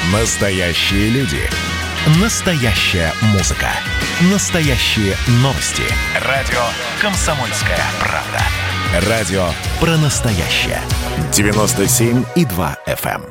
Настоящие люди. Настоящая музыка. Настоящие новости. Радио «Комсомольская правда». Радио про настоящее. 97,2 FM.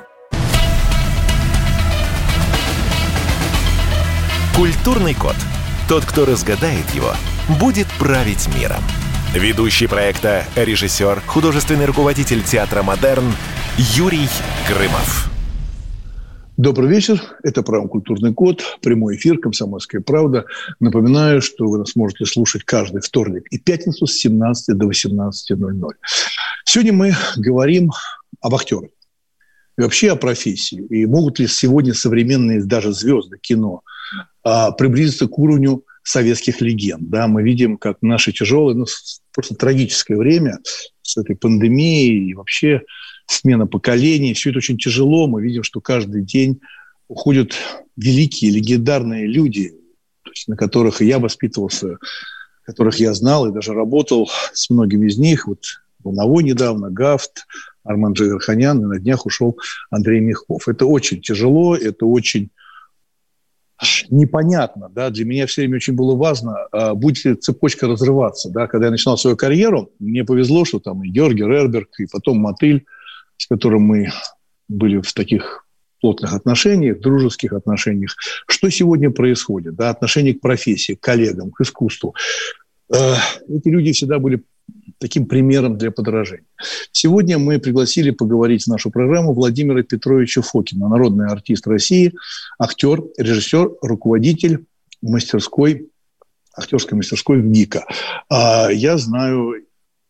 Культурный код. Тот, кто разгадает его, будет править миром. Ведущий проекта, режиссер, художественный руководитель театра «Модерн» Юрий Грымов. Добрый вечер. Это программа «Культурный код». Прямой эфир «Комсомольская правда». Напоминаю, что вы нас можете слушать каждый вторник и пятницу с 17 до 18:00. Сегодня мы говорим об актерах. И вообще о профессии. И могут ли сегодня современные даже звезды кино приблизиться к уровню советских легенд? Да, мы видим, как наше тяжелое, просто трагическое время с этой пандемией и вообще смена поколений. Все это очень тяжело. Мы видим, что каждый день уходят великие, легендарные люди, то есть на которых я воспитывался, которых я знал и даже работал с многими из них. Вот Волновой недавно, Гафт, Армен Джигарханян, и на днях ушел Андрей Мягков. Это очень тяжело, это очень непонятно. Да? Для меня все время очень было важно, будет ли цепочка разрываться. Да? Когда я начинал свою карьеру, мне повезло, что там и Георгий Рерберг, и потом Мотыль, с которым мы были в таких плотных отношениях, дружеских отношениях. Что сегодня происходит? Да? Отношение к профессии, к коллегам, к искусству. Эти люди всегда были таким примером для подражания. Сегодня мы пригласили поговорить в нашу программу Владимира Петровича Фокина, народный артист России, актер, режиссер, руководитель актерской мастерской ВГИКа. Я знаю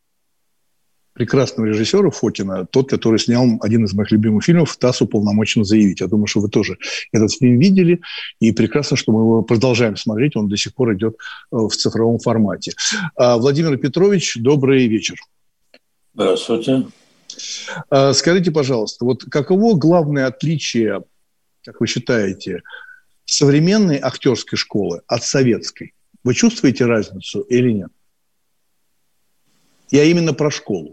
прекрасного режиссера Фокина, тот, который снял один из моих любимых фильмов «ТАСС уполномочен заявить». Я думаю, что вы тоже этот фильм видели, и прекрасно, что мы его продолжаем смотреть, он до сих пор идет в цифровом формате. Владимир Петрович, добрый вечер. Здравствуйте. Скажите, пожалуйста, вот каково главное отличие, как вы считаете, современной актерской школы от советской? Вы чувствуете разницу или нет? Я именно про школу.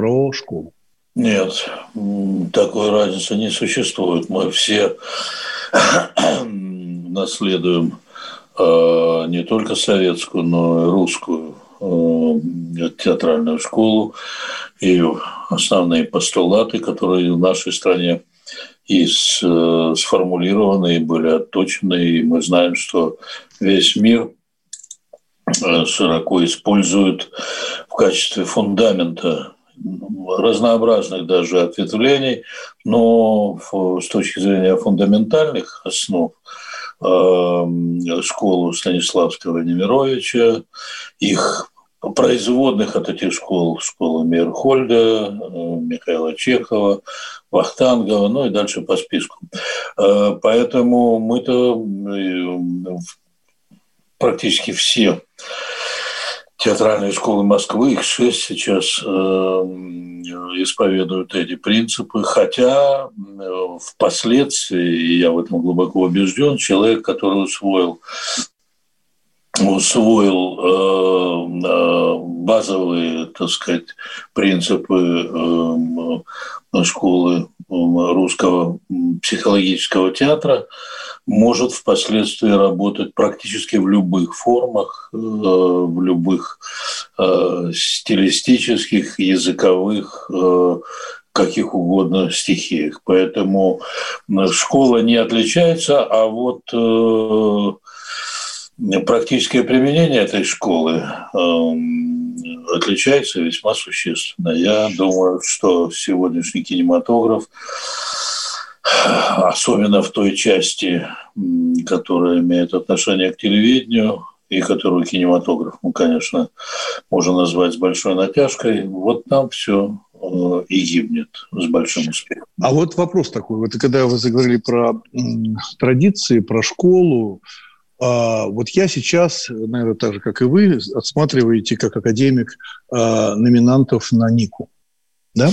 Нет, такой разницы не существует. Мы все наследуем не только советскую, но и русскую театральную школу. И основные постулаты, которые в нашей стране и сформулированы, и были отточены. И мы знаем, что весь мир широко используют в качестве фундамента разнообразных даже ответвлений, но с точки зрения фундаментальных основ школу Станиславского и Немировича, их производных от этих школ, школы Мейерхольда, Михаила Чехова, Вахтангова, ну и дальше по списку. Поэтому мы-то практически все театральные школы Москвы, их 6 сейчас, исповедуют эти принципы, хотя впоследствии, и я в этом глубоко убежден, человек, который усвоил базовые, так сказать, принципы школы русского психологического театра, может впоследствии работать практически в любых формах, в любых стилистических, языковых, каких угодно стихиях. Поэтому школа не отличается, а вот практическое применение этой школы отличается весьма существенно. Я думаю, что сегодняшний кинематограф, особенно в той части, которая имеет отношение к телевидению, и которую кинематограф, конечно, можно назвать с большой натяжкой, вот там все и гибнет с большим успехом. А вот вопрос такой. Вот когда вы заговорили про традиции, про школу, вот я сейчас, наверное, так же, как и вы, отсматриваете как академик номинантов на Нику. Да?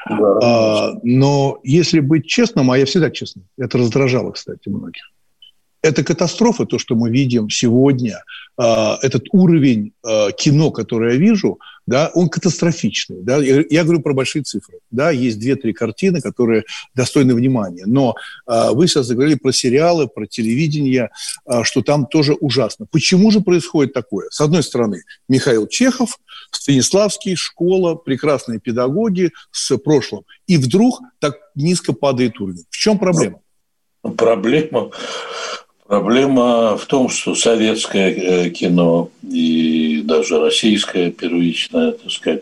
Да. Но если быть честным, а я всегда честный, это раздражало, кстати, многих. Это катастрофа, то, что мы видим сегодня. Этот уровень кино, который я вижу, да, он катастрофичный. Да? Я говорю про большие цифры. Да? Есть 2-3 картины, которые достойны внимания. Но вы сейчас заговорили про сериалы, про телевидение, что там тоже ужасно. Почему же происходит такое? С одной стороны, Михаил Чехов, Станиславский, школа, прекрасные педагоги с прошлым. И вдруг так низко падает уровень. В чем проблема? Проблема в том, что советское кино и даже российское первичное, так сказать,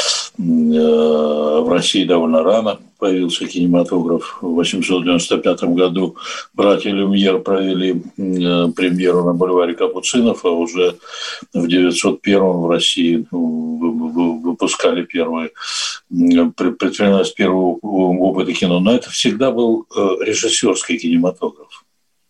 в России довольно рано появился кинематограф. В 1895 году братья Люмьер провели премьеру на бульваре Капуцинов, а уже в 1901 в России выпускали предпринимались первые опыты кино. Но это всегда был режиссерский кинематограф.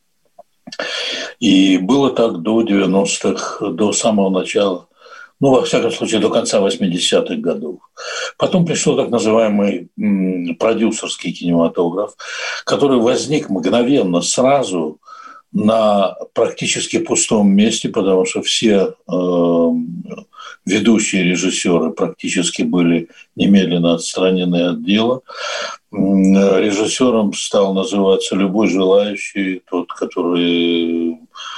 И было так до 90-х, до самого начала, во всяком случае, до конца 80-х годов. Потом пришел так называемый продюсерский кинематограф, который возник мгновенно, сразу на практически пустом месте, потому что все ведущие режиссеры практически были немедленно отстранены от дела. Режиссером стал называться любой желающий, тот, который,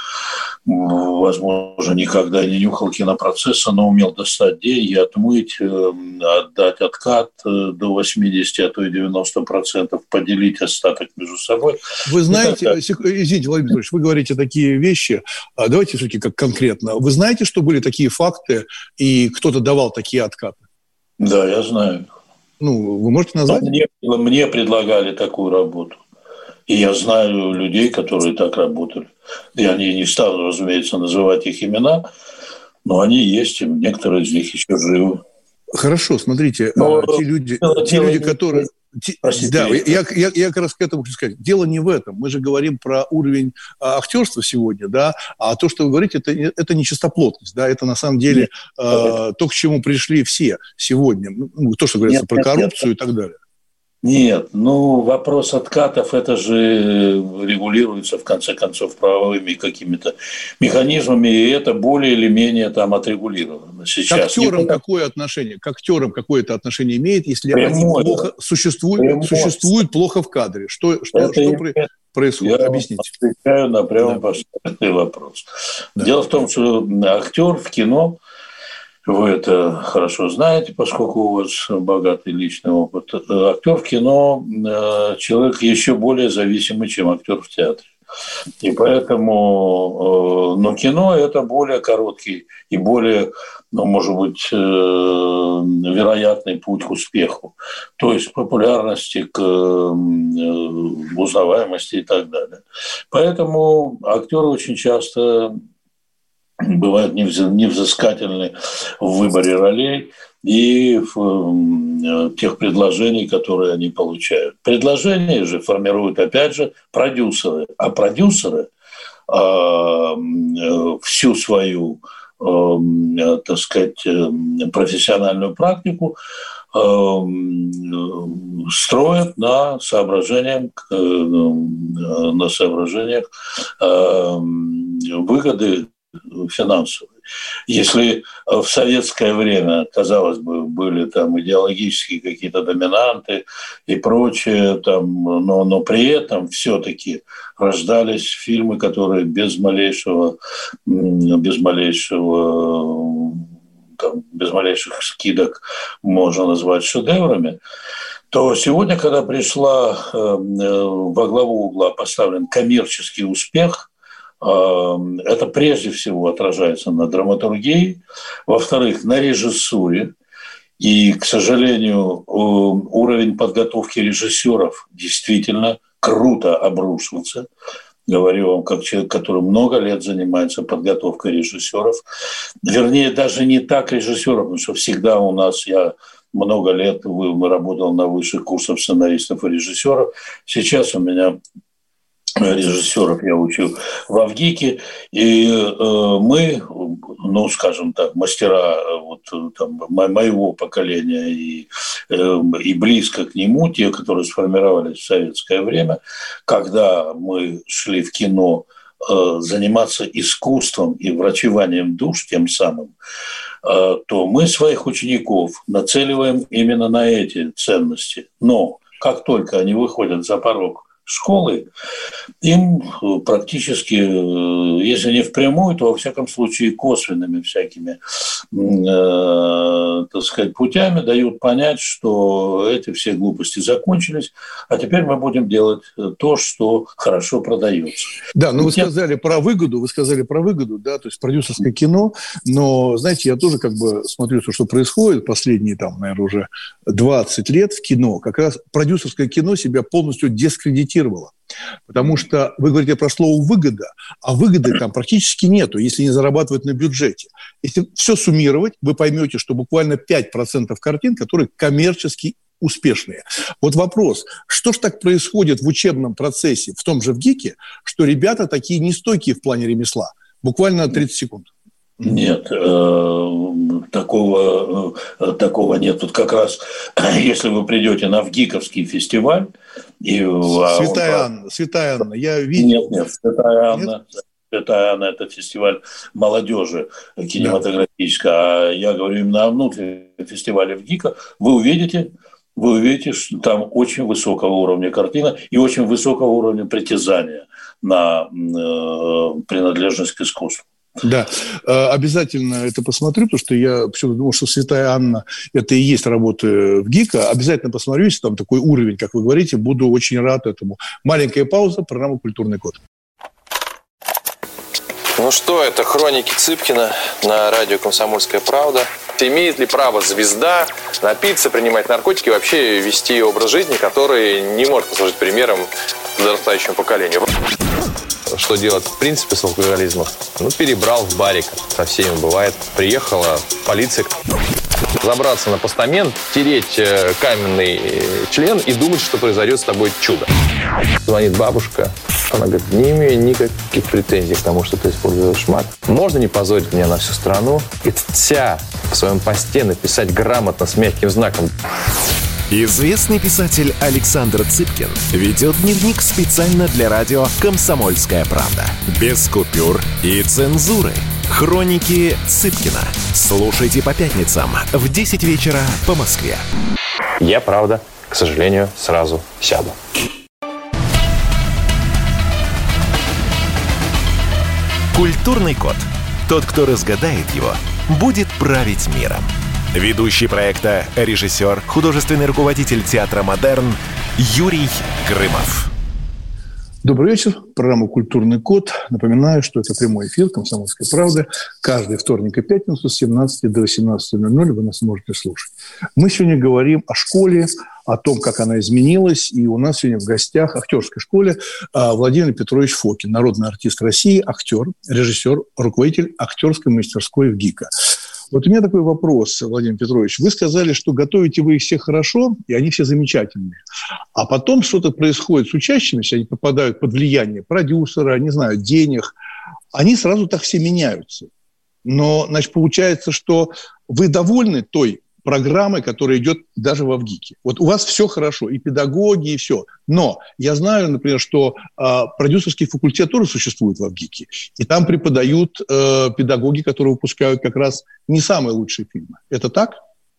возможно, никогда не нюхал кинопроцесса, но умел достать деньги, отмыть, отдать откат до 80, а то и 90%, поделить остаток между собой. Вы знаете, извините, Владимир Петрович, вы говорите такие вещи, давайте все-таки как конкретно. Вы знаете, что были такие факты, и кто-то давал такие откаты? Да, я знаю. Вы можете назвать? Мне предлагали такую работу. И я знаю людей, которые так работали. Я не стану, разумеется, называть их имена, но они есть, и некоторые из них еще живы. Хорошо, смотрите, те люди, которые... Да, я как раз к этому хочу сказать. Дело не в этом. Мы же говорим про уровень актерства сегодня, да, а то, что вы говорите, это не чистоплотность, да, это на самом деле то, к чему пришли все сегодня. То, что говорится про коррупцию и так далее. Нет, вопрос откатов, это же регулируется, в конце концов, правовыми какими-то механизмами, и это более или менее там отрегулировано сейчас. К актерам какое отношение? К актерам какое-то отношение имеет, если они плохо существуют плохо в кадре? Что происходит? Объясните. Я отвечаю на прямо поставленный вопрос. Да. Дело в том, что актер в кино, вы это хорошо знаете, поскольку у вас богатый личный опыт. Актер в кино – человек еще более зависимый, чем актер в театре. И поэтому, кино – это более короткий и более, может быть, вероятный путь к успеху. То есть к популярности, к узнаваемости и так далее. Поэтому актеры очень часто бывают невзыскательны в выборе ролей и в тех предложений, которые они получают. Предложения же формируют, опять же, продюсеры. А продюсеры всю свою, так сказать, профессиональную практику строят на соображениях выгоды финансовые. Если в советское время, казалось бы, были там идеологические какие-то доминанты и прочее, но при этом все-таки рождались фильмы, которые без малейших скидок можно назвать шедеврами, то сегодня, когда пришла во главу угла поставлен коммерческий успех, это прежде всего отражается на драматургии, во-вторых, на режиссуре. И, к сожалению, уровень подготовки режиссеров действительно круто обрушился. Говорю вам, как человек, который много лет занимается подготовкой режиссеров. Вернее, даже не так режиссеров, потому что всегда у нас, я много лет работал на высших курсах сценаристов и режиссеров. Сейчас у меня режиссеров я учу в Авгике, и мы, скажем так, мастера моего поколения и близко к нему, те, которые сформировались в советское время, когда мы шли в кино заниматься искусством и врачеванием душ тем самым, то мы своих учеников нацеливаем именно на эти ценности. Но как только они выходят за порог школы, им практически, если не впрямую, то во всяком случае косвенными всякими, так сказать, путями дают понять, что эти все глупости закончились, а теперь мы будем делать то, что хорошо продается. Да, но вы сказали про выгоду, да, то есть продюсерское кино, но, знаете, я тоже как бы смотрю, что происходит последние, там, наверное, уже 20 лет в кино, как раз продюсерское кино себя полностью дискредитировало. Потому что вы говорите про слово «выгода», а выгоды там практически нету, если не зарабатывать на бюджете. Если все суммировать, вы поймете, что буквально 5% картин, которые коммерчески успешные. Вот вопрос, что ж так происходит в учебном процессе, в том же в ГИКе, что ребята такие нестойкие в плане ремесла? Буквально 30 секунд. Нет, такого нет. Тут как раз, если вы придете на ВГИКовский фестиваль... Святая Анна, я видел... Нет, Святая Анна – это фестиваль молодежи кинематографической, да. А я говорю именно о внутреннем фестивале ВГИКа. Вы увидите, что там очень высокого уровня картина и очень высокого уровня притязания на принадлежность к искусству. Да, обязательно это посмотрю, потому что я почему-то думал, что «Святая Анна» – это и есть работа в ГИКа. Обязательно посмотрю, если там такой уровень, как вы говорите, буду очень рад этому. Маленькая пауза, программа «Культурный код». Ну что, это хроники Цыпкина на радио «Комсомольская правда». Имеет ли право звезда напиться, принимать наркотики и вообще вести образ жизни, который не может послужить примером подрастающему поколению? Что делать в принципе с алкоголизмом? Перебрал в барик. Со всеми бывает. Приехала полиция. Забраться на постамент, тереть каменный член и думать, что произойдет с тобой чудо. Звонит бабушка. Она говорит, не имею никаких претензий к тому, что ты используешь мат. Можно не позорить меня на всю страну и вся в своем посте написать грамотно с мягким знаком. Известный писатель Александр Цыпкин ведет дневник специально для радио «Комсомольская правда». Без купюр и цензуры. Хроники Цыпкина. Слушайте по пятницам в 10 вечера по Москве. Я, правда, к сожалению, сразу сяду. Культурный код. Тот, кто разгадает его, будет править миром. Ведущий проекта, режиссер, художественный руководитель театра «Модерн» Юрий Грымов. Добрый вечер. Программа «Культурный код». Напоминаю, что это прямой эфир «Комсомольской правды». Каждый вторник и пятницу с 17 до 18:00 вы нас можете слушать. Мы сегодня говорим о школе, о том, как она изменилась. И у нас сегодня в гостях актерской школе Владимир Петрович Фокин, народный артист России, актер, режиссер, руководитель актерской мастерской в ГИКа. Вот у меня такой вопрос, Владимир Петрович. Вы сказали, что готовите вы их всех хорошо, и они все замечательные. А потом что-то происходит с учащимися, они попадают под влияние продюсера, не знаю, денег. Они сразу так все меняются. Но, значит, получается, что вы довольны той программой, которая идет даже во ВГИКе. Вот у вас все хорошо, и педагоги, и все. Но я знаю, например, что продюсерский факультет тоже существует во ВГИКе. И там преподают педагоги, которые выпускают как раз не самые лучшие фильмы. Это так?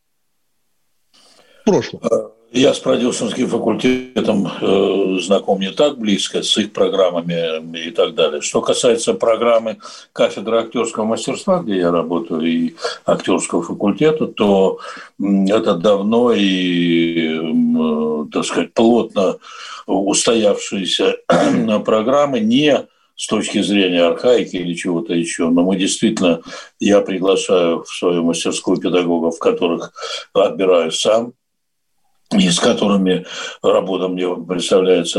В прошлом. Я с продюсерским факультетом знаком не так близко, с их программами и так далее. Что касается программы кафедры актерского мастерства, где я работаю, и актерского факультета, то это давно и, так сказать, плотно устоявшиеся программы, не с точки зрения архаики или чего-то еще. Но мы действительно, я приглашаю в свою мастерскую педагогов, которых отбираю сам, и с которыми работа мне представляется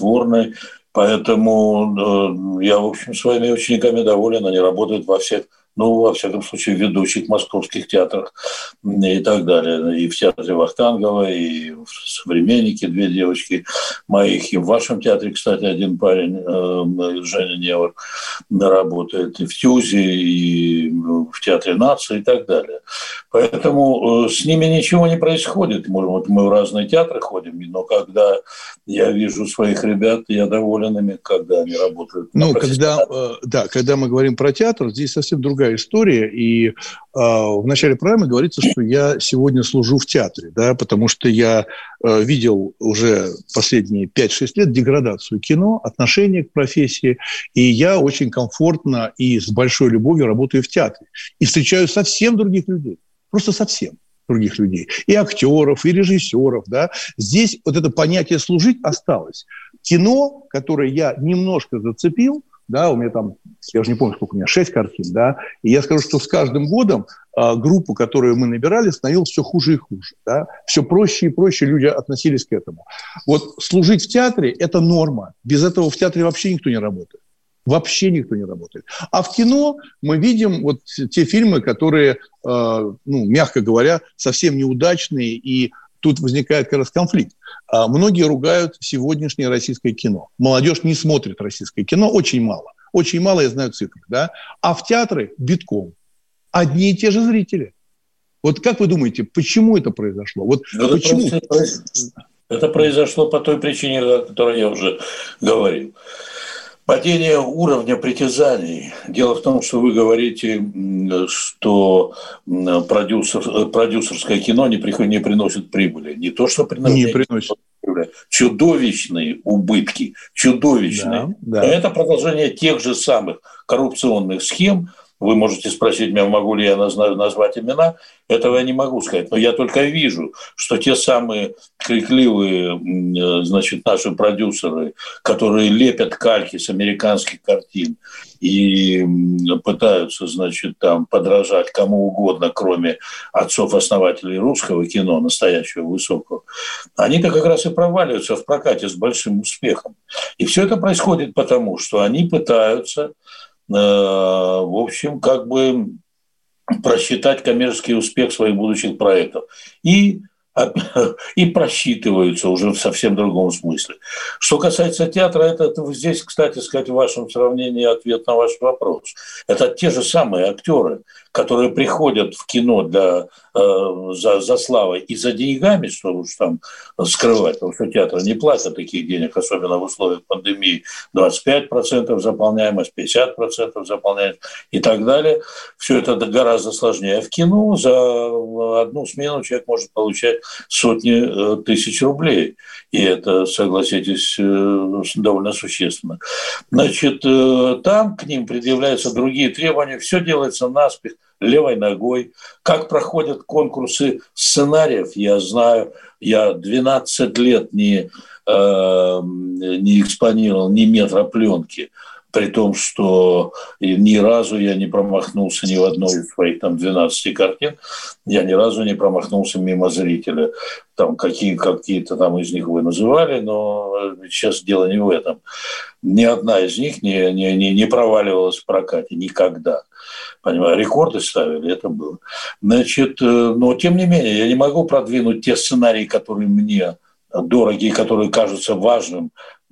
плодотворной. Поэтому я, в общем, своими учениками доволен. Они работают во всех во всяком случае, в ведущих московских театрах и так далее. И в театре Вахтангова, и в «Современнике» 2 девочки моих, и в вашем театре, кстати, один парень, Женя Невер, работает, и в ТЮЗе, и в Театре нации и так далее. Поэтому с ними ничего не происходит. Вот мы в разные театры ходим, но когда я вижу своих ребят, я доволен ими, когда они работают. Когда мы говорим про театр, здесь совсем другая история. И в начале программы говорится, что я сегодня служу в театре, да, потому что я видел уже последние 5-6 лет деградацию кино, отношение к профессии, и я очень комфортно и с большой любовью работаю в театре. И встречаю совсем других людей, просто совсем других людей. И актеров, и режиссеров, да. Здесь вот это понятие «служить» осталось. Кино, которое я немножко зацепил, да, у меня там, я уже не помню, сколько у меня, 6 картин, да, и я скажу, что с каждым годом группу, которую мы набирали, становилось все хуже и хуже, да, все проще и проще люди относились к этому. Вот служить в театре – это норма, без этого в театре вообще никто не работает. Вообще никто не работает. А в кино мы видим вот те фильмы, которые, мягко говоря, совсем неудачные, и тут возникает как раз конфликт. Многие ругают сегодняшнее российское кино. Молодежь не смотрит российское кино, очень мало. Очень мало, я знаю цифры, да. А в театры битком. Одни и те же зрители. Вот как вы думаете, почему это произошло? Вот почему? Это произошло по той причине, о которой я уже говорил. Падение уровня притязаний. Дело в том, что вы говорите, что продюсерское кино не приносит прибыли. Не то, что приносит. Чудовищные убытки. Чудовищные. Да. Это продолжение тех же самых коррупционных схем. Вы можете спросить меня, могу ли я назвать имена. Этого я не могу сказать. Но я только вижу, что те самые крикливые, наши продюсеры, которые лепят кальки с американских картин и пытаются, там подражать кому угодно, кроме отцов-основателей русского кино, настоящего, высокого, они-то как раз и проваливаются в прокате с большим успехом. И все это происходит потому, что они пытаются, в общем, просчитать коммерческий успех своих будущих проектов. И просчитываются уже в совсем другом смысле. Что касается театра, это здесь, кстати сказать, в вашем сравнении ответ на ваш вопрос. Это те же самые актеры, которые приходят в кино за славой и за деньгами, что уж там скрывать, потому что театры не платят таких денег, особенно в условиях пандемии, 25% заполняемость, 50% заполняемость и так далее. Все это гораздо сложнее. А в кино за одну смену человек может получать сотни тысяч рублей. И это, согласитесь, довольно существенно. Значит, там к ним предъявляются другие требования. Все делается наспех, левой ногой. Как проходят конкурсы сценариев, я знаю. Я 12 лет не экспонировал ни метра пленки. При том, что ни разу я не промахнулся ни в одной из своих 12 картин, я ни разу не промахнулся мимо зрителя. Там какие-то там из них вы называли, но сейчас дело не в этом. Ни одна из них не проваливалась в прокате никогда. Понимаю, рекорды ставили, это было. Значит, но тем не менее, я не могу продвинуть те сценарии, которые мне дороги, которые кажутся важными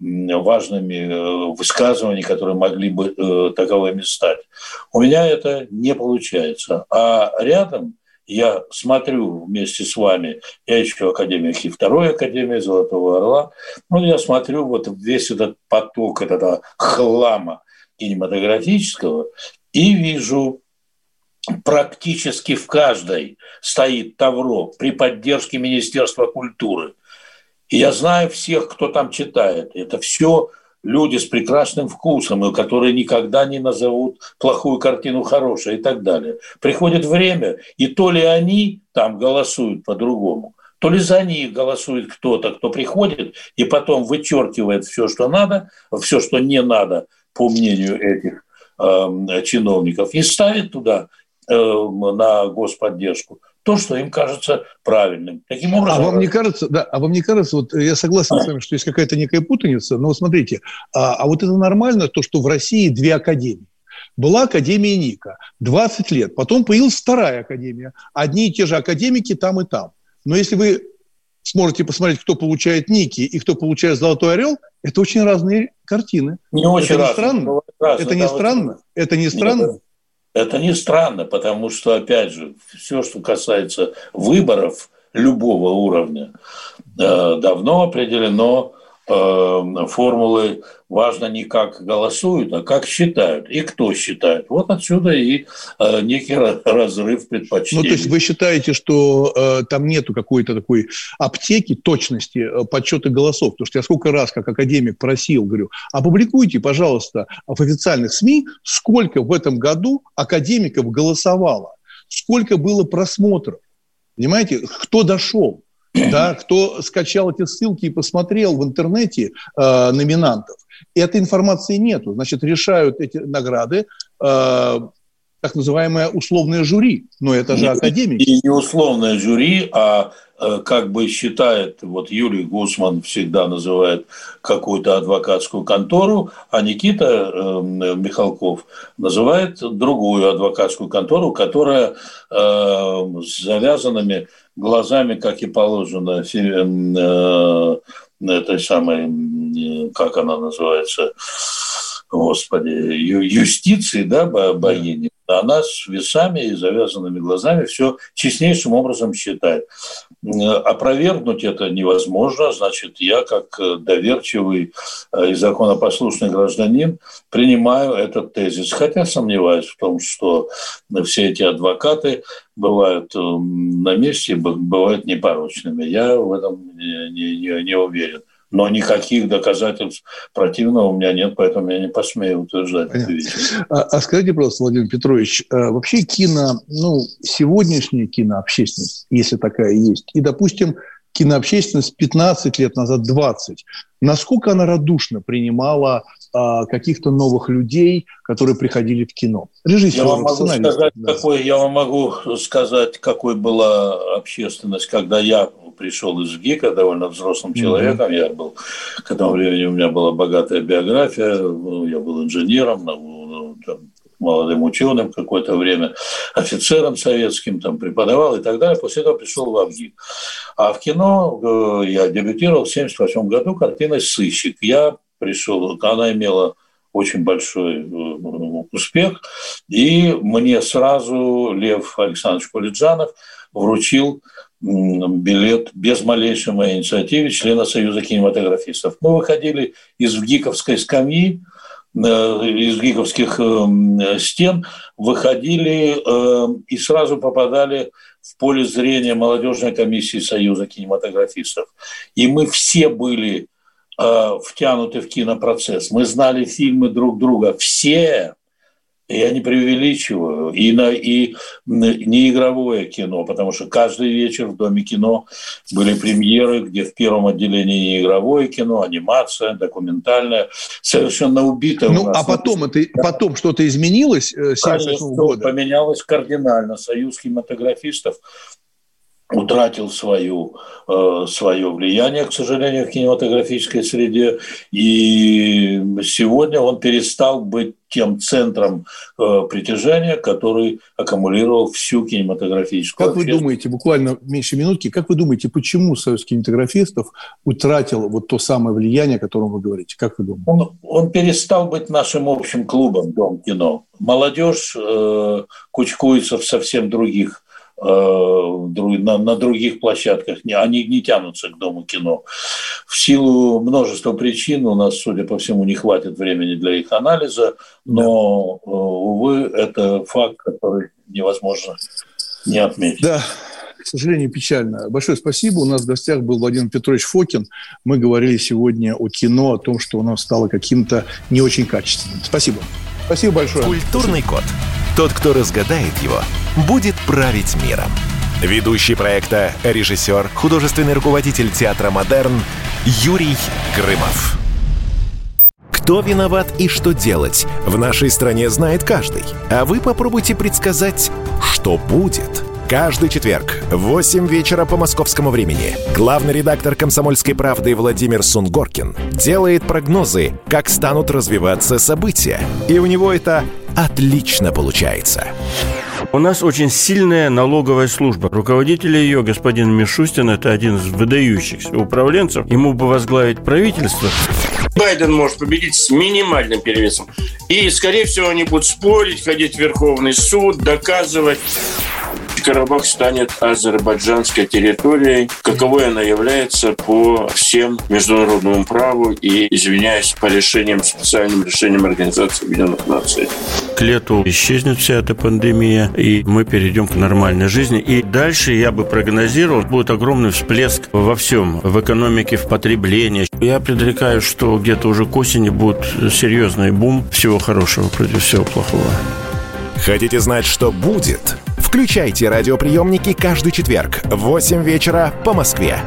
высказываниями, которые могли бы таковыми стать. У меня это не получается. А рядом я смотрю вместе с вами, я еще академик и второй академии «Золотого орла», я смотрю вот весь этот поток этого хлама кинематографического и вижу, практически в каждой стоит тавро при поддержке Министерства культуры. И я знаю всех, кто там читает. Это все люди с прекрасным вкусом, которые никогда не назовут плохую картину хорошей и так далее. Приходит время, и то ли они там голосуют по-другому, то ли за них голосует кто-то, кто приходит и потом вычеркивает все, что надо, все, что не надо, по мнению этих чиновников, и ставит туда на господдержку то, что им кажется правильным. Таким образом... А вам не кажется, вот я согласен с вами, что есть какая-то некая путаница, но вот смотрите, вот это нормально, то, что в России 2 академии. Была академия Ника, 20 лет. Потом появилась вторая академия. Одни и те же академики там и там. Но если вы сможете посмотреть, кто получает Ники и кто получает Золотой Орел, это очень разные картины. Не очень разные. Странно? Это не странно? Это не странно? Это не странно, потому что, опять же, все, что касается выборов любого уровня, давно определено формулы. Важно не как голосуют, а как считают и кто считает. Вот отсюда и некий разрыв предпочтений. Ну, то есть вы считаете, что там нету какой-то такой аптеки точности подсчета голосов? Потому что я сколько раз как академик просил, говорю, опубликуйте, пожалуйста, в официальных СМИ, сколько в этом году академиков голосовало, сколько было просмотров. Понимаете, кто дошел? Да, кто скачал эти ссылки и посмотрел в интернете номинантов. И этой информации нету. Значит, решают эти награды так называемое условное жюри. Но это же академики. И не условное жюри, а как бы считает, вот Юрий Гусман всегда называет какую-то адвокатскую контору, а Никита Михалков называет другую адвокатскую контору, которая с завязанными глазами, как и положено, этой самой, как она называется, господи, юстиции, да, богини, она с весами и завязанными глазами все честнейшим образом считает. Опровергнуть это невозможно, значит, я как доверчивый и законопослушный гражданин принимаю этот тезис, хотя сомневаюсь в том, что все эти адвокаты бывают на месте, бывают непорочными. Я в этом не уверен. Но никаких доказательств противного у меня нет, поэтому я не посмею утверждать эту вещь. А скажите, пожалуйста, Владимир Петрович, вообще сегодняшняя кинообщественность, если такая есть, и, допустим, кинообщественность 15 лет назад, 20, насколько она радушно принимала каких-то новых людей, которые приходили в кино? Режиссеров, сценаристов. Я вам могу сказать, какой была общественность, когда я пришел из ГИКа, довольно взрослым человеком. Я был, к этому времени у меня была богатая биография, я был инженером, молодым ученым какое-то время, офицером советским, там, преподавал и так далее. После этого пришел в ГИК. А в кино я дебютировал в 1978 году картиной «Сыщик». Я пришел, она имела очень большой успех, и мне сразу Лев Александрович Кулиджанов вручил билет без малейшей моей инициативы члена Союза кинематографистов. Мы выходили из ГИКовской скамьи, из ГИКовских стен, выходили и сразу попадали в поле зрения молодежной комиссии Союза кинематографистов. И мы все были втянуты в кинопроцесс. Мы знали фильмы друг друга. Все. Я не преувеличиваю. И не игровое кино, потому что каждый вечер в Доме кино были премьеры, где в первом отделении не игровое кино, анимация, документальная, совершенно убитое. А потом что-то изменилось с 1978 года? Поменялось кардинально. Союз кинематографистов утратил свое влияние, к сожалению, в кинематографической среде, и сегодня он перестал быть тем центром притяжения, который аккумулировал всю кинематографическую общественность. Как вы думаете, буквально меньше минутки, как вы думаете, почему Союз кинематографистов утратил вот то самое влияние, о котором вы говорите? Как вы думаете? Он перестал быть нашим общим клубом «Дом кино». Молодежь кучкуется в совсем других на других площадках, они не тянутся к Дому кино. В силу множества причин у нас, судя по всему, не хватит времени для их анализа, но, увы, это факт, который невозможно не отметить. Да, к сожалению, печально. Большое спасибо. У нас в гостях был Владимир Петрович Фокин. Мы говорили сегодня о кино, о том, что оно стало каким-то не очень качественным. Спасибо. Спасибо большое. Культурный код. Тот, кто разгадает его, будет править миром. Ведущий проекта, режиссер, художественный руководитель театра «Модерн» Юрий Грымов. Кто виноват и что делать, в нашей стране знает каждый. А вы попробуйте предсказать, что будет. Каждый четверг в 8 вечера по московскому времени главный редактор «Комсомольской правды» Владимир Сунгоркин делает прогнозы, как станут развиваться события. И у него это отлично получается. У нас очень сильная налоговая служба. Руководитель ее, господин Мишустин, это один из выдающихся управленцев. Ему бы возглавить правительство. Байден может победить с минимальным перевесом. И, скорее всего, они будут спорить, ходить в Верховный суд, доказывать. Карабах станет азербайджанской территорией, каковой она является по всем международному праву и, извиняюсь, по специальным решениям Организации Объединенных Наций. К лету исчезнет вся эта пандемия, и мы перейдем к нормальной жизни. И дальше, я бы прогнозировал, будет огромный всплеск во всем, в экономике, в потреблении. Я предрекаю, что где-то уже к осени будет серьезный бум всего хорошего против всего плохого. Хотите знать, что будет? Включайте радиоприемники каждый четверг в 8 вечера по Москве.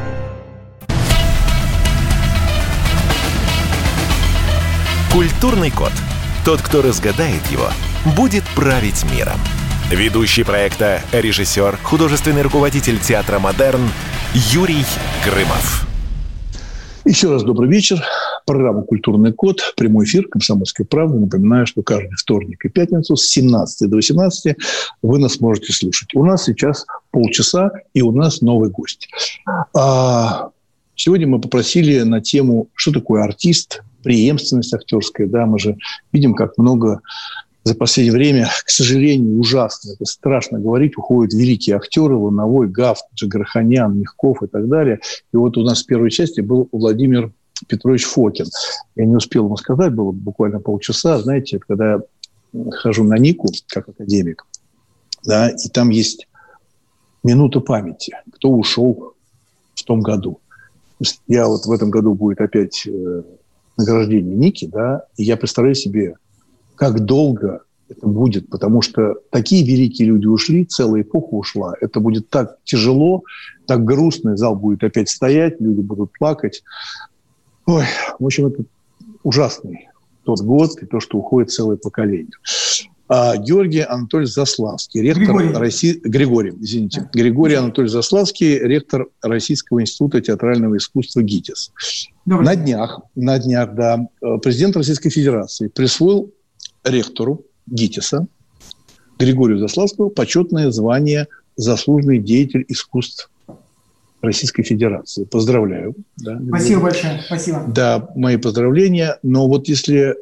Культурный код. Тот, кто разгадает его, будет править миром. Ведущий проекта, режиссер, художественный руководитель театра «Модерн» Юрий Грымов. Еще раз добрый вечер. Программа «Культурный код», прямой эфир «Комсомольской правды». Напоминаю, что каждый вторник и пятницу с 17 до 18 вы нас можете слушать. У нас сейчас полчаса, и у нас новый гость. Сегодня мы попросили на тему, что такое артист, преемственность актерская. Да, мы же видим, как много за последнее время, к сожалению, ужасно, это страшно говорить, уходят великие актеры: Лановой, Гафт, Джигарханян, Мягков и так далее. И вот у нас в первой части был Владимир Петрович Фокин. Я не успел ему сказать, было буквально полчаса. Знаете, когда я хожу на Нику, как академик, да, и там есть минута памяти, кто ушел в том году. Я вот в этом году будет опять награждение Ники, да, и я представляю себе, как долго это будет, потому что такие великие люди ушли, целая эпоха ушла. Это будет так тяжело, так грустно, зал будет опять стоять, люди будут плакать. Ой, в общем, это ужасный тот год и то, что уходит целое поколение. Георгий Анатольевич Заславский, ректор Григорий Анатольевич Заславский, ректор Российского института театрального искусства ГИТИС. На днях, да, президент Российской Федерации присвоил ректору ГИТИСа Григорию Заславскому почетное звание «Заслуженный деятель искусств Российской Федерации». Поздравляю. Да, спасибо большое. Спасибо. Да, мои поздравления. Но вот если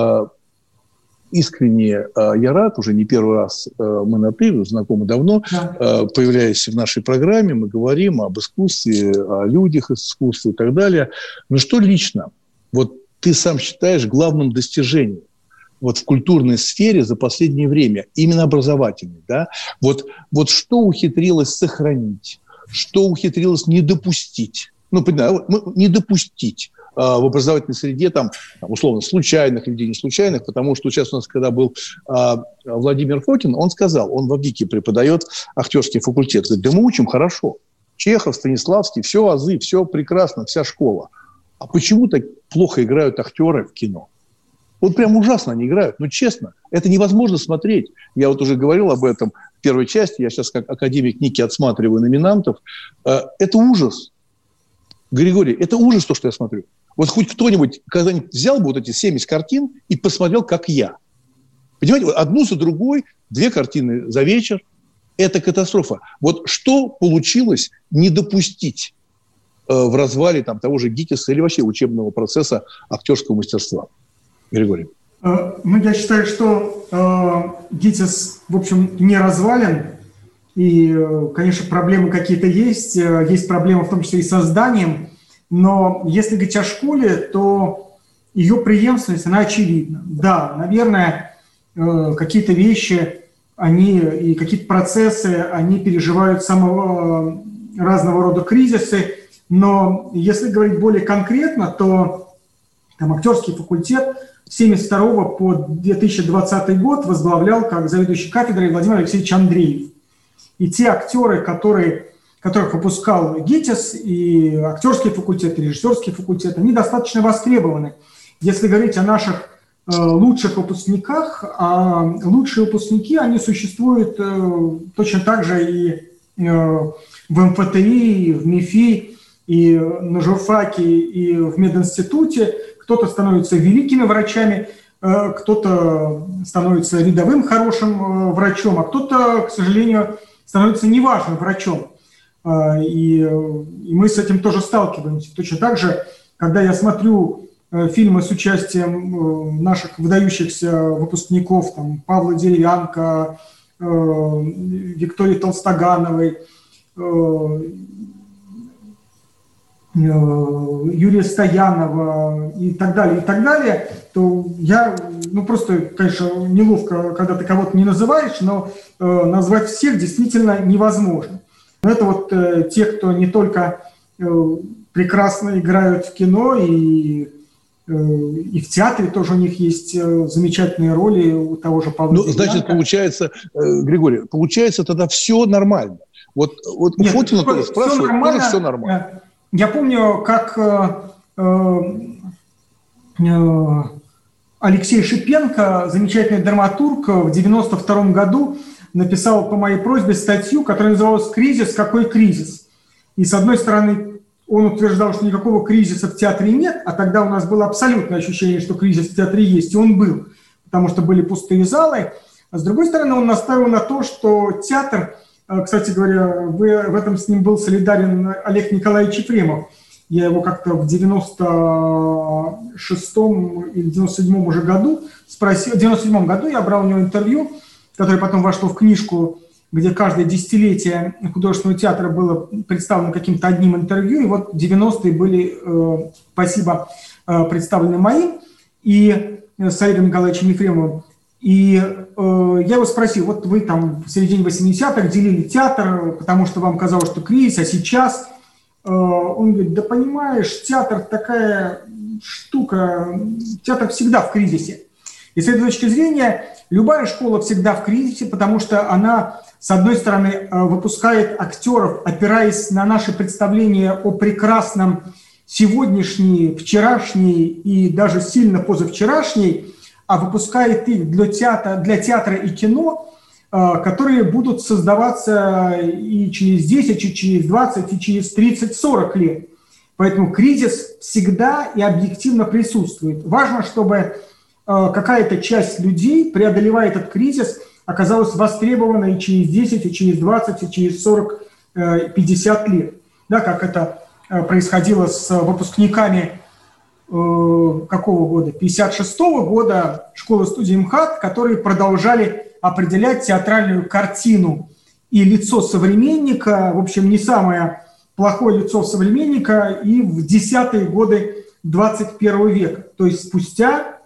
искренне я рад, уже не первый раз мы на «ты», знакомы давно, да. Появляясь в нашей программе, мы говорим об искусстве, о людях из искусства и так далее. Но что лично, вот ты сам считаешь главным достижением вот в культурной сфере за последнее время, именно образовательной, да? Вот что ухитрилось сохранить, что ухитрилось не допустить, не допустить в образовательной среде, там, условно, случайных людей, не случайных, потому что сейчас у нас, когда был Владимир Фокин, он сказал, он в ВГИКе преподает актерский факультет, говорит, да мы учим хорошо, Чехов, Станиславский, все азы, все прекрасно, вся школа. А почему так плохо играют актеры в кино? Вот прям ужасно они играют. Ну, честно, это невозможно смотреть. Я вот уже говорил об этом в первой части. Я сейчас как академик Ники отсматриваю номинантов. Это ужас. Григорий, это ужас, то, что я смотрю. Вот хоть кто-нибудь когда-нибудь взял бы вот эти 70 картин и посмотрел, как я. Понимаете, одну за другой, 2 картины за вечер. Это катастрофа. Вот что получилось не допустить в развале там, того же ГИТИСа или вообще учебного процесса актерского мастерства? Григорий. Я считаю, что ГИТИС, в общем, не развален. И, конечно, проблемы какие-то есть. Есть проблемы в том числе и со зданием. Но если говорить о школе, то ее преемственность, она очевидна. Да, наверное, какие-то вещи, и какие-то процессы, они переживают самого разного рода кризисы. Но если говорить более конкретно, то там, актерский факультет с 1972 по 2020 год возглавлял как заведующий кафедрой Владимир Алексеевич Андреев. И те актеры, которых выпускал ГИТИС, и актерский факультет, и режиссерский факультет, они достаточно востребованы. Если говорить о наших лучших выпускниках, а лучшие выпускники, они существуют точно так же и в МФТИ, и в МИФИ, и на журфаке, и в мединституте. Кто-то становится великими врачами. кто-то становится рядовым хорошим врачом, а кто-то, к сожалению, становится неважным врачом. И мы с этим тоже сталкиваемся. Точно так же, когда я смотрю фильмы с участием наших выдающихся выпускников, там, Павла Деревянко, Виктории Толстогановой, Юрия Стоянова и так далее, то я, просто, конечно, неловко, когда ты кого-то не называешь, но назвать всех действительно невозможно. Но это вот те, кто не только прекрасно играют в кино, и в театре тоже у них есть замечательные роли у того же Павла Деревянко. Значит, получается, Григорий, тогда все нормально. Вот Нет, Фотина тоже спрашивает, тоже все нормально. Я помню, как Алексей Шипенко, замечательный драматург, в 1992 году написал по моей просьбе статью, которая называлась «Кризис. Какой кризис?». И, с одной стороны, он утверждал, что никакого кризиса в театре нет, а тогда у нас было абсолютное ощущение, что кризис в театре есть, и он был, потому что были пустые залы. А с другой стороны, он настаивал на то, что театр, кстати говоря, в этом с ним был солидарен Олег Николаевич Ефремов. Я его как-то в 96-м или 97-м уже году спросил, в 97-м году я брал у него интервью, которое потом вошло в книжку, где каждое десятилетие художественного театра было представлено каким-то одним интервью, и вот 90-е были, спасибо, представлены моим, и с Олегом Николаевичем Ефремовым. И я его спросил, вот вы там в середине 80-х делили театр, потому что вам казалось, что кризис, а сейчас... Он говорит, да понимаешь, театр такая штука, театр всегда в кризисе. И с этой точки зрения любая школа всегда в кризисе, потому что она, с одной стороны, выпускает актеров, опираясь на наши представления о прекрасном сегодняшней, вчерашней и даже сильно позавчерашней, а выпускает их для театра и кино, которые будут создаваться и через 10, и через 20, и через 30-40 лет. Поэтому кризис всегда и объективно присутствует. Важно, чтобы какая-то часть людей, преодолевая этот кризис, оказалась востребована и через 10, и через 20, и через 40, 50 лет. Да, как это происходило с выпускниками какого года? 56-го года школы-студии МХАТ, которые продолжали определять театральную картину и лицо современника, в общем, не самое плохое лицо современника, и в 10-е годы 21 века, то есть спустя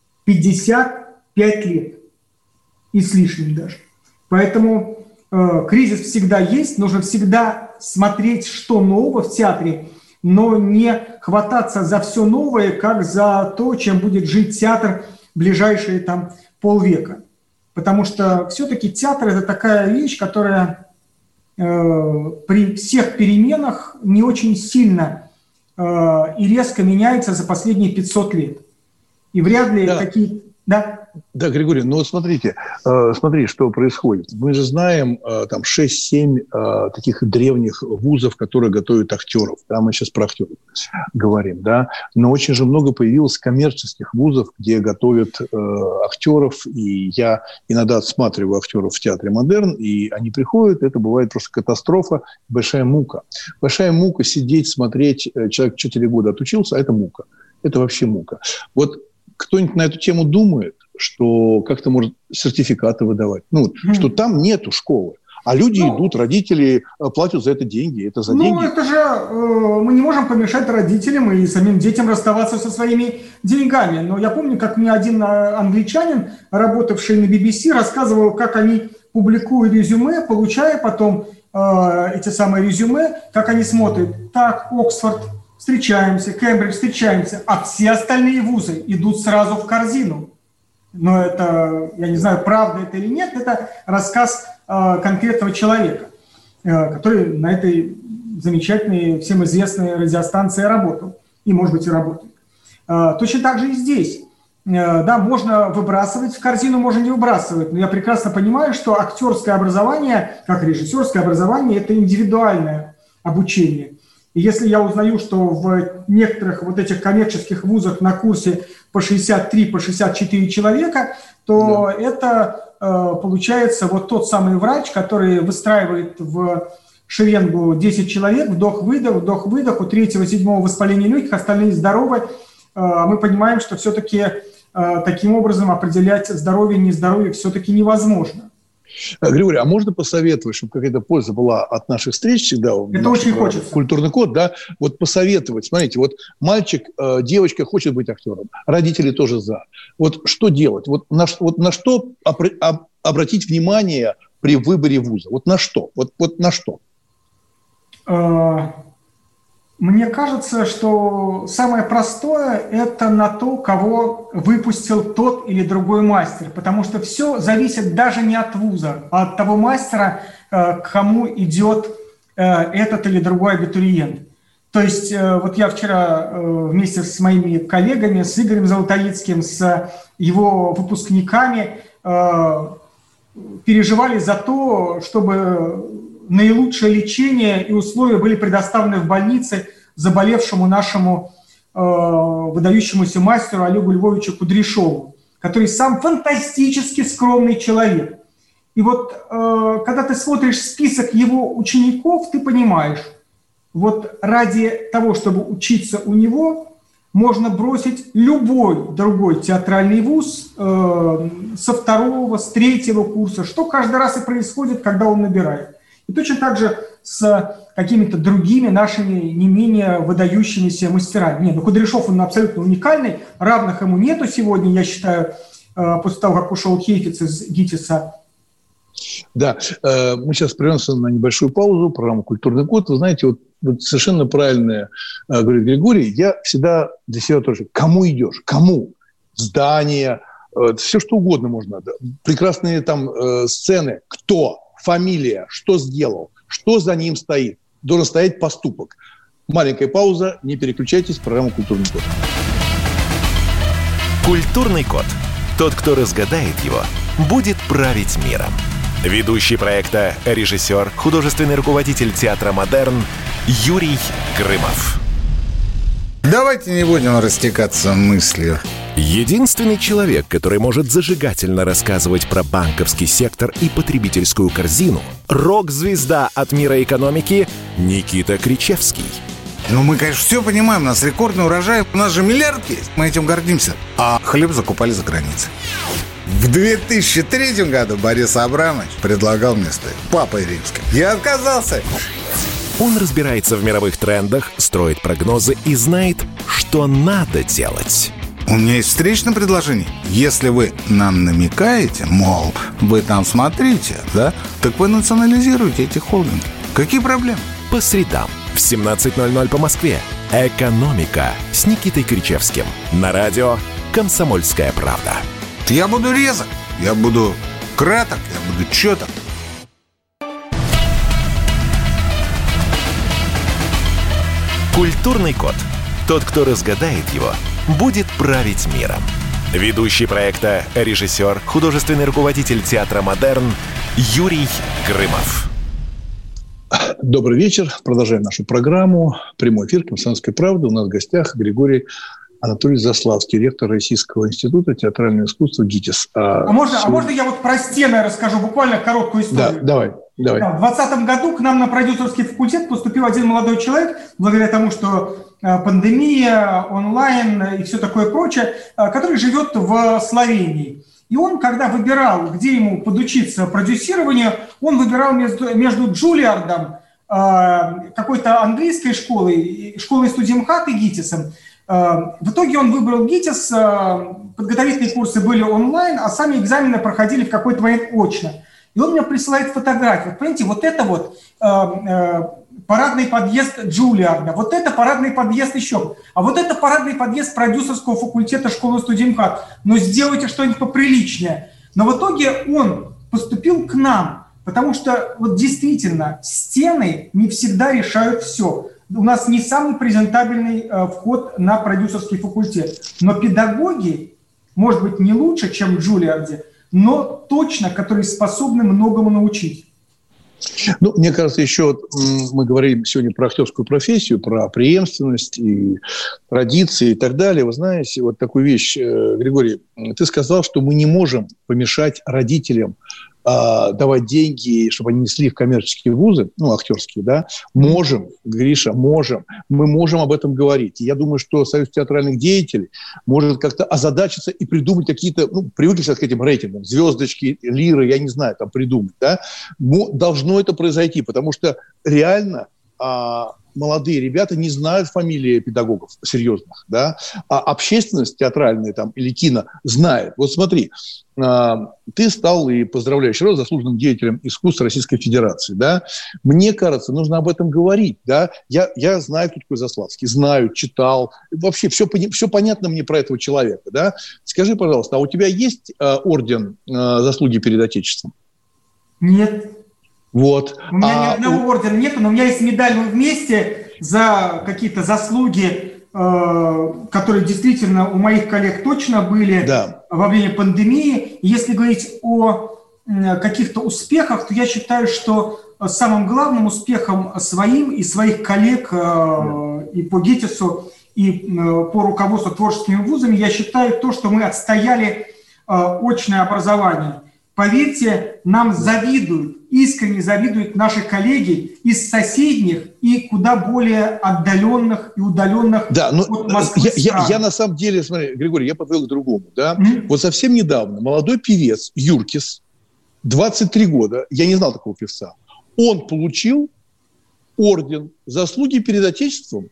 55 лет и с лишним даже. Поэтому кризис всегда есть, нужно всегда смотреть, что нового в театре, но не хвататься за все новое, как за то, чем будет жить театр в ближайшие там полвека. Потому что все-таки театр – это такая вещь, которая при всех переменах не очень сильно и резко меняется за последние 500 лет. И вряд ли какие-то... Да? Да, Григорий, ну вот смотри, что происходит. Мы же знаем там 6-7 таких древних вузов, которые готовят актеров. Да, мы сейчас про актеров говорим, да. Но очень же много появилось коммерческих вузов, где готовят актеров. И я иногда отсматриваю актеров в театре «Модерн», и они приходят, это бывает просто катастрофа, большая мука. Большая мука сидеть, смотреть, человек 4 года отучился, а это мука. Это вообще мука. Вот кто-нибудь на эту тему думает, что как-то может сертификаты выдавать? Что там нету школы, а люди идут, родители платят за это деньги, это за деньги. Это же мы не можем помешать родителям и самим детям расставаться со своими деньгами. Но я помню, как мне один англичанин, работавший на BBC, рассказывал, как они публикуют резюме, получая потом эти самые резюме, как они смотрят. Так, Оксфорд, встречаемся, Кембридж, встречаемся, а все остальные вузы идут сразу в корзину. Но это, я не знаю, правда это или нет, это рассказ конкретного человека, который на этой замечательной, всем известной радиостанции работал. И, может быть, и работает. Точно так же и здесь. Да, можно выбрасывать в корзину, можно не выбрасывать. Но я прекрасно понимаю, что актерское образование, как режиссерское образование, это индивидуальное обучение. И если я узнаю, что в некоторых вот этих коммерческих вузах на курсе по 63, по 64 человека, то это получается вот тот самый врач, который выстраивает в шеренгу 10 человек, вдох-выдох, у третьего, седьмого воспаление легких, остальные здоровы. Мы понимаем, что все-таки таким образом определять здоровье и нездоровье все-таки невозможно. Григорий, а можно посоветовать, чтобы какая-то польза была от наших встреч всегда? Это очень хочется. Культурный код, да? Вот посоветовать. Смотрите, вот мальчик, девочка хочет быть актером, родители тоже за. Вот что делать? Вот на что обратить внимание при выборе вуза? Вот на что? Вот на что? Мне кажется, что самое простое – это на то, кого выпустил тот или другой мастер. Потому что все зависит даже не от вуза, а от того мастера, к кому идет этот или другой абитуриент. То есть вот я вчера вместе с моими коллегами, с Игорем Золотоицким, с его выпускниками переживали за то, чтобы наилучшее лечение и условия были предоставлены в больнице заболевшему нашему выдающемуся мастеру Олегу Львовичу Кудряшову, который сам фантастически скромный человек. И вот когда ты смотришь список его учеников, ты понимаешь, вот ради того, чтобы учиться у него, можно бросить любой другой театральный вуз со второго, с третьего курса, что каждый раз и происходит, когда он набирает. И точно так же с какими-то другими нашими не менее выдающимися мастерами. Нет, Кудряшов, он абсолютно уникальный, равных ему нету сегодня, я считаю, после того, как ушел Хейфиц из ГИТИСа. Да, мы сейчас прервемся на небольшую паузу, программа «Культурный код». Вы знаете, вот совершенно правильно говорит Григорий, я всегда для себя тоже, кому идешь, кому? Здание, все что угодно можно. Прекрасные там сцены, кто? Фамилия, что сделал, что за ним стоит. Должен стоять поступок. Маленькая пауза, не переключайтесь, программа «Культурный код». Культурный код. Тот, кто разгадает его, будет править миром. Ведущий проекта, режиссер, художественный руководитель театра «Модерн» Юрий Грымов. Давайте не будем растекаться мыслью. Единственный человек, который может зажигательно рассказывать про банковский сектор и потребительскую корзину – рок-звезда от мира экономики Никита Кричевский. Ну, мы, конечно, все понимаем, у нас рекордный урожай, у нас же миллиард есть, мы этим гордимся. А хлеб закупали за границей. В 2003 году Борис Абрамович предлагал мне стать папой римским. Я отказался. Он разбирается в мировых трендах, строит прогнозы и знает, что надо делать. У меня есть встречное предложение. Если вы нам намекаете, мол, вы там смотрите, да, так вы национализируете эти холдинги. Какие проблемы? По средам в 17:00 по Москве. «Экономика» с Никитой Кричевским. На радио «Комсомольская правда». Я буду резок, я буду краток, я буду четок. Культурный код. Тот, кто разгадает его, будет править миром. Ведущий проекта, режиссер, художественный руководитель театра «Модерн» Юрий Грымов. Добрый вечер. Продолжаем нашу программу. Прямой эфир «Комсомольской правды». У нас в гостях Григорий Анатольевич Заславский, ректор Российского института театрального искусства ГИТИС. Можно я вот про стены расскажу буквально короткую историю? Да, давай. Да, в 2020 году к нам на продюсерский факультет поступил один молодой человек, благодаря тому, что пандемия, онлайн и все такое прочее, который живет в Словении. И он, когда выбирал, где ему подучиться продюсированию, он выбирал между Джулиардом, какой-то английской школой студии МХАТ и ГИТИСом. В итоге он выбрал ГИТИС, подготовительные курсы были онлайн, а сами экзамены проходили в какой-то момент очно. И он мне присылает фотографию. Понимаете, вот это вот парадный подъезд Джулиарда, вот это парадный подъезд еще, а вот это парадный подъезд продюсерского факультета школы студии МХАТ. Но сделайте что-нибудь поприличнее. Но в итоге он поступил к нам, потому что вот действительно стены не всегда решают все. У нас не самый презентабельный вход на продюсерский факультет. Но педагоги, может быть, не лучше, чем в Джулиарде, но точно, которые способны многому научить. Ну, мне кажется, еще мы говорим сегодня про актерскую профессию, про преемственность и традиции и так далее. Вы знаете, вот такую вещь, Григорий, ты сказал, что мы не можем помешать родителям давать деньги, чтобы они несли в коммерческие вузы, ну, актерские, да, можем, Гриша, можем. Мы можем об этом говорить. И я думаю, что Союз театральных деятелей может как-то озадачиться и придумать какие-то, ну, привыкли сейчас к этим рейтингам, звездочки, лиры, я не знаю, там придумать, да. Должно это произойти, потому что реально молодые ребята не знают фамилии педагогов серьезных, да, а общественность театральная там или кино знает. Вот смотри, ты стал, и поздравляю еще раз, заслуженным деятелем искусства Российской Федерации, да. Мне кажется, нужно об этом говорить, да. Я знаю, кто такой Заславский, знаю, читал, вообще все понятно мне про этого человека, да. Скажи, пожалуйста, а у тебя есть орден заслуги перед Отечеством? Нет. Вот. У меня ни одного ордена нет, но у меня есть медаль «Мы вместе» за какие-то заслуги, которые действительно у моих коллег точно были во время пандемии. И если говорить о каких-то успехах, то я считаю, что самым главным успехом своим и своих коллег и по ГИТИСу, и по руководству творческими вузами, я считаю то, что мы отстояли очное образование. Поверьте, нам завидуют, искренне завидуют наши коллеги из соседних и куда более отдаленных и удаленных от Москвы стран. Я на самом деле, смотри, Григорий, я подвел к другому. Да? Вот совсем недавно молодой певец Юркис, 23 года, я не знал такого певца, он получил орден «Заслуги перед Отечеством».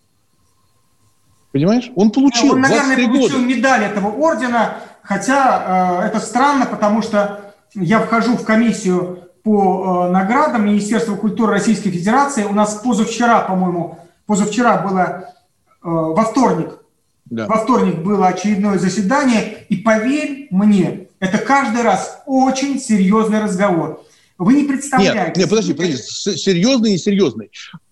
Понимаешь? Он получил, он, наверное, получил года. Медаль этого ордена, хотя это странно, потому что я вхожу в комиссию по наградам Министерства культуры Российской Федерации. У нас позавчера было во вторник. Да. Во вторник было очередное заседание, и поверь мне, это каждый раз очень серьезный разговор. Вы не представляете. Нет, подожди, серьезный и несерьезный.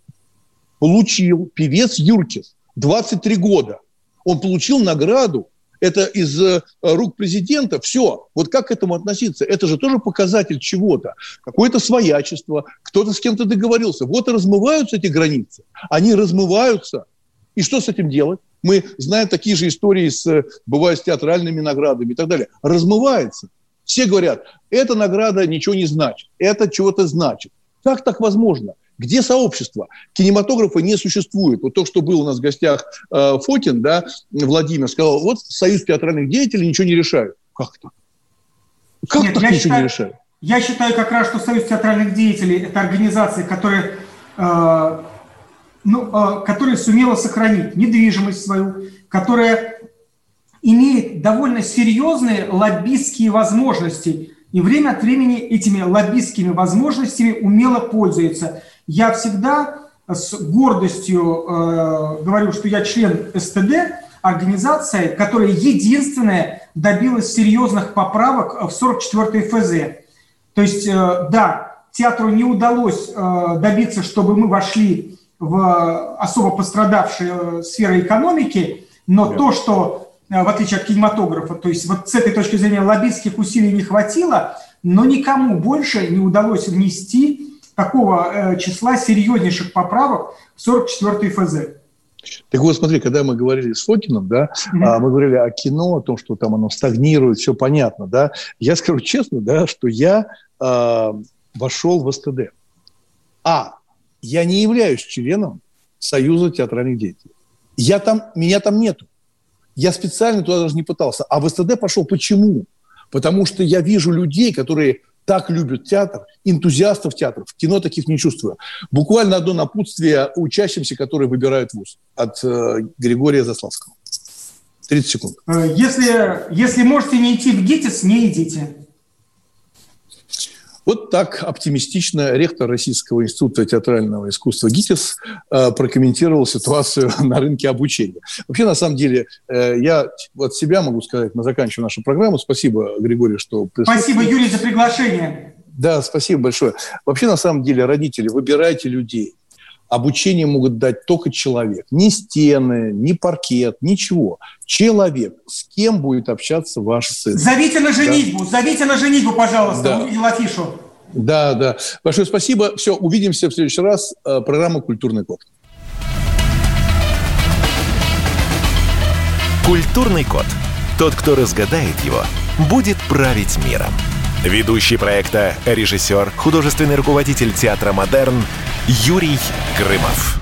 Получил певец Юркис, 23 года. Он получил награду. Это из рук президента. Все. Вот как к этому относиться? Это же тоже показатель чего-то. Какое-то своячество. Кто-то с кем-то договорился. Вот и размываются эти границы. Они размываются. И что с этим делать? Мы знаем такие же истории, бывают с театральными наградами и так далее. Размывается. Все говорят, эта награда ничего не значит. Это чего-то значит. Как так возможно? Где сообщество? Кинематографа не существует. Вот то, что был у нас в гостях Фотин, да, Владимир, сказал, вот Союз театральных деятелей ничего не решает. Как так? Как так ничего не решает? Я считаю как раз, что Союз театральных деятелей – это организация, которая сумела сохранить недвижимость свою, которая имеет довольно серьезные лоббистские возможности и время от времени этими лоббистскими возможностями умело пользуется. Я всегда с гордостью говорю, что я член СТД, организации, которая единственная добилась серьезных поправок в 44-й ФЗ. То есть, да, театру не удалось добиться, чтобы мы вошли в особо пострадавшие сферы экономики, но то, что, в отличие от кинематографа, то есть вот с этой точки зрения лоббистских усилий не хватило, но никому больше не удалось внести такого числа серьезнейших поправок в 44-й ФЗ. Так вот, смотри, когда мы говорили с Фокиным, да, мы говорили о кино, о том, что там оно стагнирует, все понятно, да. Я скажу честно, да, что я вошел в СТД. Я не являюсь членом Союза театральных деятелей. Меня там нету. Я специально туда даже не пытался. А в СТД пошел. Почему? Потому что я вижу людей, которые так любят театр, энтузиастов театра. В кино таких не чувствую. Буквально одно напутствие учащимся, которые выбирают вуз от Григория Заславского. 30 секунд. Если можете не идти в ГИТИС, не идите. Вот так оптимистично ректор Российского института театрального искусства ГИТИС прокомментировал ситуацию на рынке обучения. Вообще, на самом деле, я от себя могу сказать, мы заканчиваем нашу программу. Спасибо, Григорий, что пришли. Спасибо, Юрий, за приглашение. Да, спасибо большое. Вообще, на самом деле, родители, выбирайте людей. Обучение могут дать только человек. Ни стены, ни паркет, ничего. Человек. С кем будет общаться ваш сын? Зовите на женитьбу, пожалуйста. Да. Увидел афишу. Да. Большое спасибо. Все, увидимся в следующий раз. Программа «Культурный код». Культурный код. Тот, кто разгадает его, будет править миром. Ведущий проекта, режиссер, художественный руководитель театра «Модерн» Юрий Грымов.